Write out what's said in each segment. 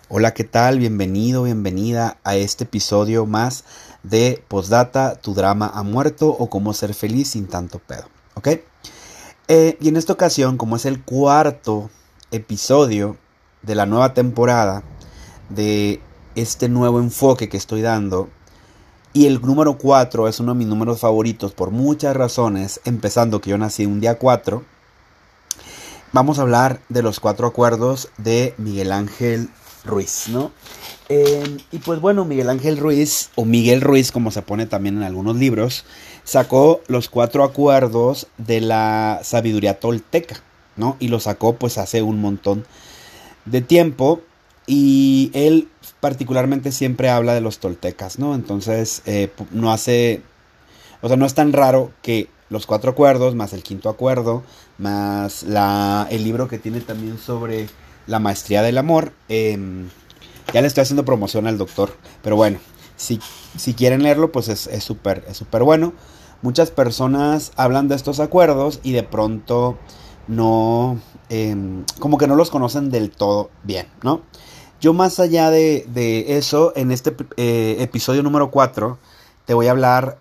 Hola, ¿qué tal? Bienvenido, bienvenida a este episodio más de Postdata, tu drama ha muerto o cómo ser feliz sin tanto pedo, ¿ok? Y en esta ocasión, como es el cuarto episodio de la nueva temporada de este nuevo enfoque que estoy dando, y el número 4 es uno de mis números favoritos por muchas razones, empezando que yo nací un día 4, vamos a hablar de los 4 acuerdos de Miguel Ángel Ruiz, ¿no? Y pues bueno, Miguel Ángel Ruiz, o Miguel Ruiz como se pone también en algunos libros, sacó los 4 acuerdos de la sabiduría tolteca, ¿no? Y lo sacó pues hace un montón de tiempo. Y él particularmente siempre habla de los toltecas, ¿no? Entonces no hace, o sea, no es tan raro que los 4 acuerdos, más el 5 acuerdo, más el libro que tiene también sobre la maestría del amor. Ya le estoy haciendo promoción al doctor. Pero bueno, si quieren leerlo, pues es súper bueno. Muchas personas hablan de estos acuerdos y de pronto no, como que no los conocen del todo bien, ¿no? Yo más allá de eso, en este episodio número 4, te voy a hablar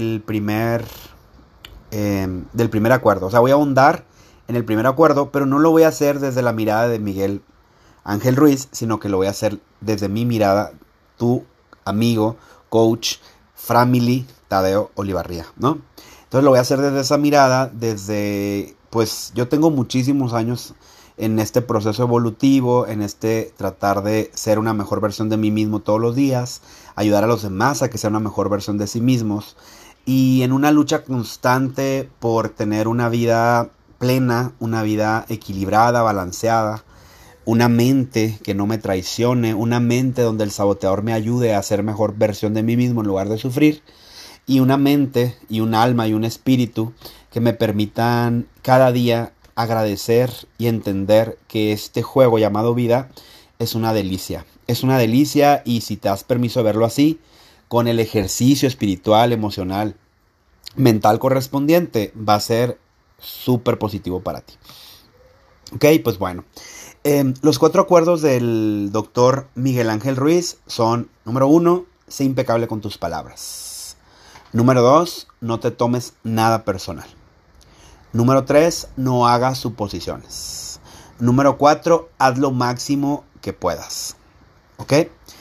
del primer acuerdo. O sea, voy a ahondar en el primer acuerdo, pero no lo voy a hacer desde la mirada de Miguel Ángel Ruiz, sino que lo voy a hacer desde mi mirada, tu amigo, coach, family, Tadeo Olivarría, ¿no? Entonces lo voy a hacer desde esa mirada, pues yo tengo muchísimos años en este proceso evolutivo, en este tratar de ser una mejor versión de mí mismo todos los días, ayudar a los demás a que sean una mejor versión de sí mismos, y en una lucha constante por tener una vida plena, una vida equilibrada, balanceada, una mente que no me traicione, una mente donde el saboteador me ayude a ser mejor versión de mí mismo en lugar de sufrir, y una mente y un alma y un espíritu que me permitan cada día agradecer y entender que este juego llamado vida es una delicia. Es una delicia, y si te das permiso de verlo así, con el ejercicio espiritual, emocional, mental correspondiente, va a ser súper positivo para ti. Ok, pues bueno. Los 4 acuerdos del doctor Miguel Ángel Ruiz son: número 1, sé impecable con tus palabras. Número 2, no te tomes nada personal. Número 3, no hagas suposiciones. Número 4, haz lo máximo que puedas. ¿Ok?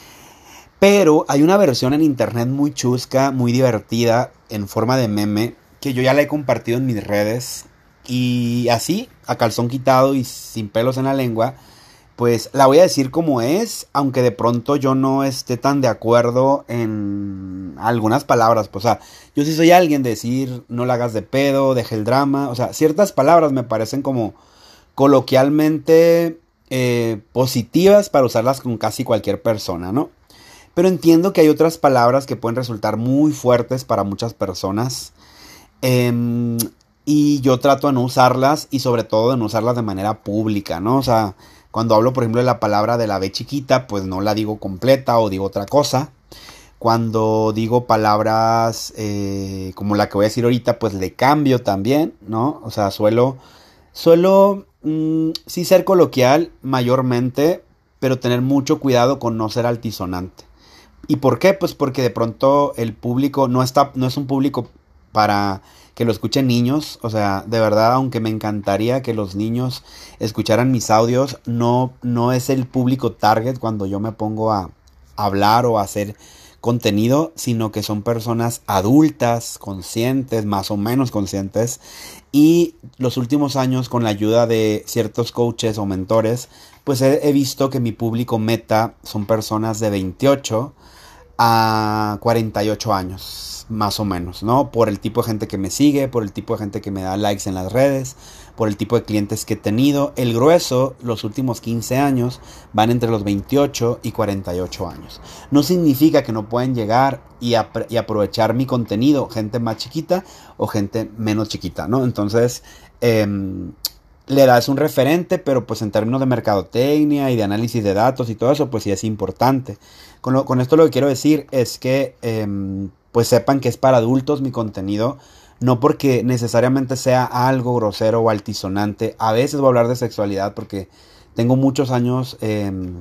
Pero hay una versión en internet muy chusca, muy divertida, en forma de meme, que yo ya la he compartido en mis redes. Y así, a calzón quitado y sin pelos en la lengua, pues la voy a decir como es, aunque de pronto yo no esté tan de acuerdo en algunas palabras. Pues, o sea, yo sí soy alguien de decir, no la hagas de pedo, deje el drama. O sea, ciertas palabras me parecen como coloquialmente positivas para usarlas con casi cualquier persona, ¿no? Pero entiendo que hay otras palabras que pueden resultar muy fuertes para muchas personas. Em, y yo trato de no usarlas, y sobre todo de no usarlas de manera pública, ¿no? O sea, cuando hablo, por ejemplo, de la palabra de la B chiquita, pues no la digo completa o digo otra cosa. Cuando digo palabras como la que voy a decir ahorita, pues le cambio también, ¿no? O sea, suelo sí ser coloquial mayormente, pero tener mucho cuidado con no ser altisonante. ¿Y por qué? Pues porque de pronto el público no es un público para que lo escuchen niños. O sea, de verdad, aunque me encantaría que los niños escucharan mis audios, no es el público target cuando yo me pongo a hablar o a hacer contenido, sino que son personas adultas, conscientes, más o menos conscientes. Y los últimos años, con la ayuda de ciertos coaches o mentores, pues he visto que mi público meta son personas de 28 a 48 años, más o menos, ¿no? Por el tipo de gente que me sigue, por el tipo de gente que me da likes en las redes, por el tipo de clientes que he tenido. El grueso, los últimos 15 años, van entre los 28 y 48 años. No significa que no pueden llegar y aprovechar mi contenido gente más chiquita o gente menos chiquita, ¿no? Entonces, la edad es un referente, pero pues en términos de mercadotecnia y de análisis de datos y todo eso, pues sí es importante. Con esto lo que quiero decir es que pues sepan que es para adultos mi contenido, no porque necesariamente sea algo grosero o altisonante. A veces voy a hablar de sexualidad porque tengo muchos años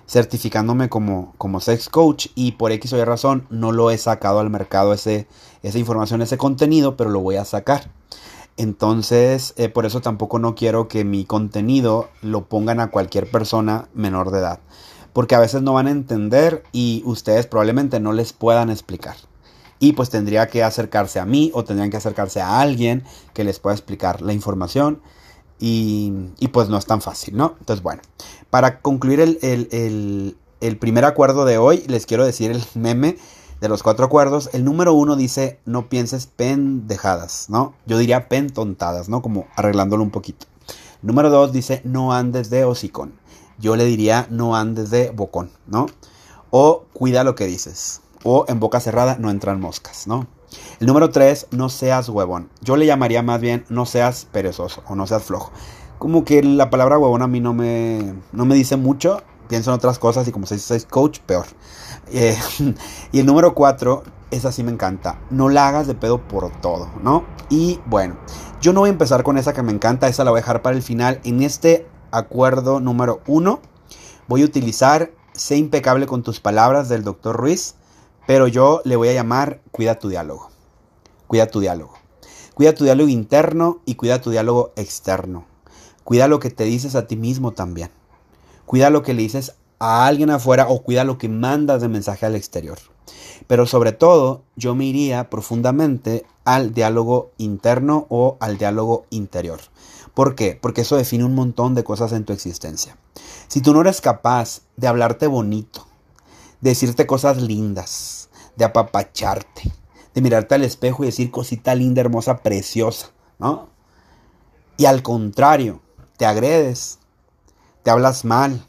certificándome como sex coach, y por X o Y razón no lo he sacado al mercado esa información, ese contenido, pero lo voy a sacar. Entonces, por eso tampoco no quiero que mi contenido lo pongan a cualquier persona menor de edad, porque a veces no van a entender y ustedes probablemente no les puedan explicar. Y pues tendría que acercarse a mí o tendrían que acercarse a alguien que les pueda explicar la información. Y pues no es tan fácil, ¿no? Entonces, bueno, para concluir el primer acuerdo de hoy, les quiero decir el meme de los 4 acuerdos. El número 1 dice: no pienses pendejadas, ¿no? Yo diría pentontadas, ¿no? Como arreglándolo un poquito. Número 2 dice: no andes de hocicón. Yo le diría: no andes de bocón, ¿no? O cuida lo que dices. O en boca cerrada no entran moscas, ¿no? El número 3, no seas huevón. Yo le llamaría más bien: no seas perezoso o no seas flojo. Como que la palabra huevón a mí no me dice mucho. Pienso en otras cosas y como soy coach, peor. Y el número 4, esa sí me encanta: no la hagas de pedo por todo, ¿no? Y bueno, yo no voy a empezar con esa que me encanta, esa la voy a dejar para el final. En este acuerdo número 1 voy a utilizar: sé impecable con tus palabras, del Dr. Ruiz, pero yo le voy a llamar: cuida tu diálogo. Cuida tu diálogo. Cuida tu diálogo interno y cuida tu diálogo externo. Cuida lo que te dices a ti mismo también. Cuida lo que le dices a alguien afuera o cuida lo que mandas de mensaje al exterior. Pero sobre todo, yo me iría profundamente al diálogo interno o al diálogo interior. ¿Por qué? Porque eso define un montón de cosas en tu existencia. Si tú no eres capaz de hablarte bonito, de decirte cosas lindas, de apapacharte, de mirarte al espejo y decir: cosita linda, hermosa, preciosa, ¿no? Y al contrario, te agredes, te hablas mal,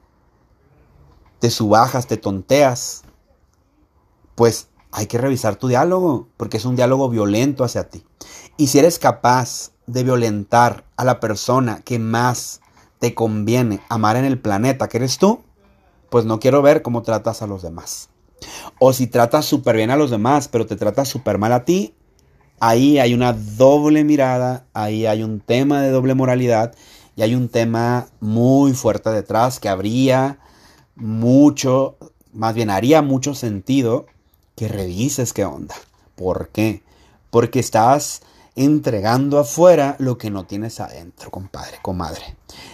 te subajas, te tonteas, pues hay que revisar tu diálogo, porque es un diálogo violento hacia ti. Y si eres capaz de violentar a la persona que más te conviene amar en el planeta, que eres tú, pues no quiero ver cómo tratas a los demás. O si tratas súper bien a los demás, pero te tratas súper mal a ti, ahí hay una doble mirada, ahí hay un tema de doble moralidad y hay un tema muy fuerte detrás que habría mucho, más bien haría mucho sentido que revises qué onda. ¿Por qué? Porque estás entregando afuera lo que no tienes adentro, compadre, comadre.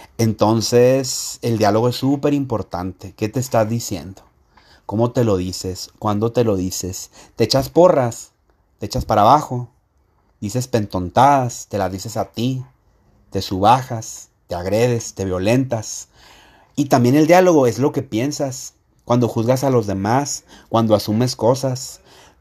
Entonces, el diálogo es súper importante. ¿Qué te estás diciendo? ¿Cómo te lo dices? ¿Cuándo te lo dices? ¿Te echas porras? ¿Te echas para abajo? ¿Dices pentontadas? ¿Te las dices a ti? ¿Te subajas? ¿Te agredes? ¿Te violentas? Y también el diálogo es lo que piensas. Cuando juzgas a los demás, cuando asumes cosas,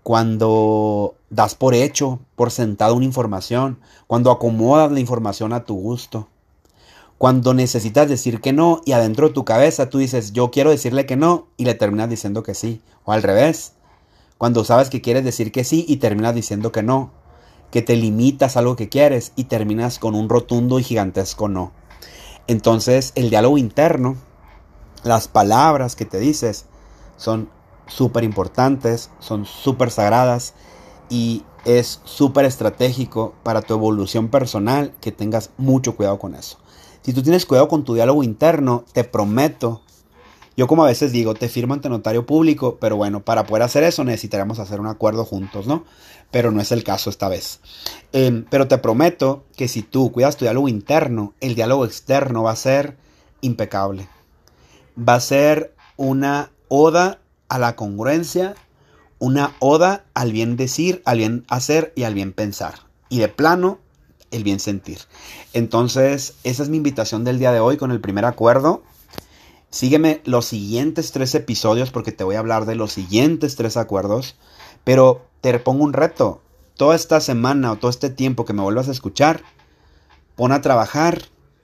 cuando das por hecho, por sentado una información, cuando acomodas la información a tu gusto. Cuando necesitas decir que no y adentro de tu cabeza tú dices: yo quiero decirle que no, y le terminas diciendo que sí. O al revés, cuando sabes que quieres decir que sí y terminas diciendo que no. Que te limitas a algo que quieres y terminas con un rotundo y gigantesco no. Entonces el diálogo interno, las palabras que te dices, son súper importantes, son súper sagradas y es súper estratégico para tu evolución personal que tengas mucho cuidado con eso. Si tú tienes cuidado con tu diálogo interno, te prometo, yo como a veces digo, te firmo ante notario público, pero bueno, para poder hacer eso necesitaríamos hacer un acuerdo juntos, ¿no? Pero no es el caso esta vez. Pero te prometo que si tú cuidas tu diálogo interno, el diálogo externo va a ser impecable. Va a ser una oda a la congruencia, una oda al bien decir, al bien hacer y al bien pensar. Y de plano, el bien sentir. Entonces, esa es mi invitación del día de hoy con el primer acuerdo. Sígueme los siguientes 3 episodios porque te voy a hablar de los siguientes 3 acuerdos. Pero te pongo un reto. Toda esta semana o todo este tiempo que me vuelvas a escuchar, pon a trabajar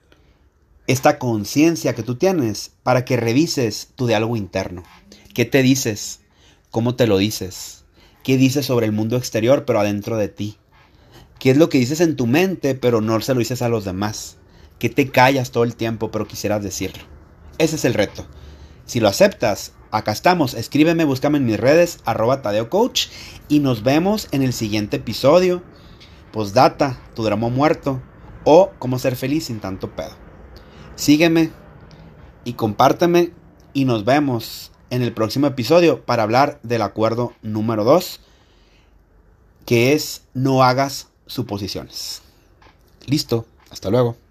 esta conciencia que tú tienes para que revises tu diálogo interno. ¿Qué te dices? ¿Cómo te lo dices? ¿Qué dices sobre el mundo exterior pero adentro de ti? ¿Qué es lo que dices en tu mente pero no se lo dices a los demás? ¿Qué te callas todo el tiempo pero quisieras decirlo? Ese es el reto. Si lo aceptas, acá estamos. Escríbeme, búscame en mis redes, @TadeoCoach, y nos vemos en el siguiente episodio. Postdata, tu drama muerto, o cómo ser feliz sin tanto pedo. Sígueme y compárteme y nos vemos en el próximo episodio para hablar del acuerdo número 2, que es no hagas suposiciones. Listo, hasta luego.